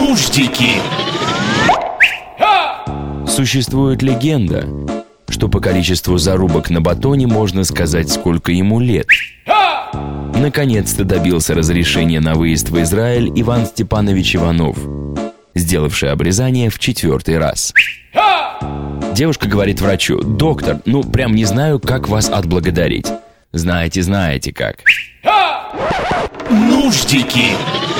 Нуждики. Существует легенда, что по количеству зарубок на батоне можно сказать, сколько ему лет. Наконец-то добился разрешения на выезд в Израиль Иван Степанович Иванов, сделавший обрезание в 4-й раз. Девушка говорит врачу: «Доктор, прям не знаю, как вас отблагодарить». Знаете как. Нуждики.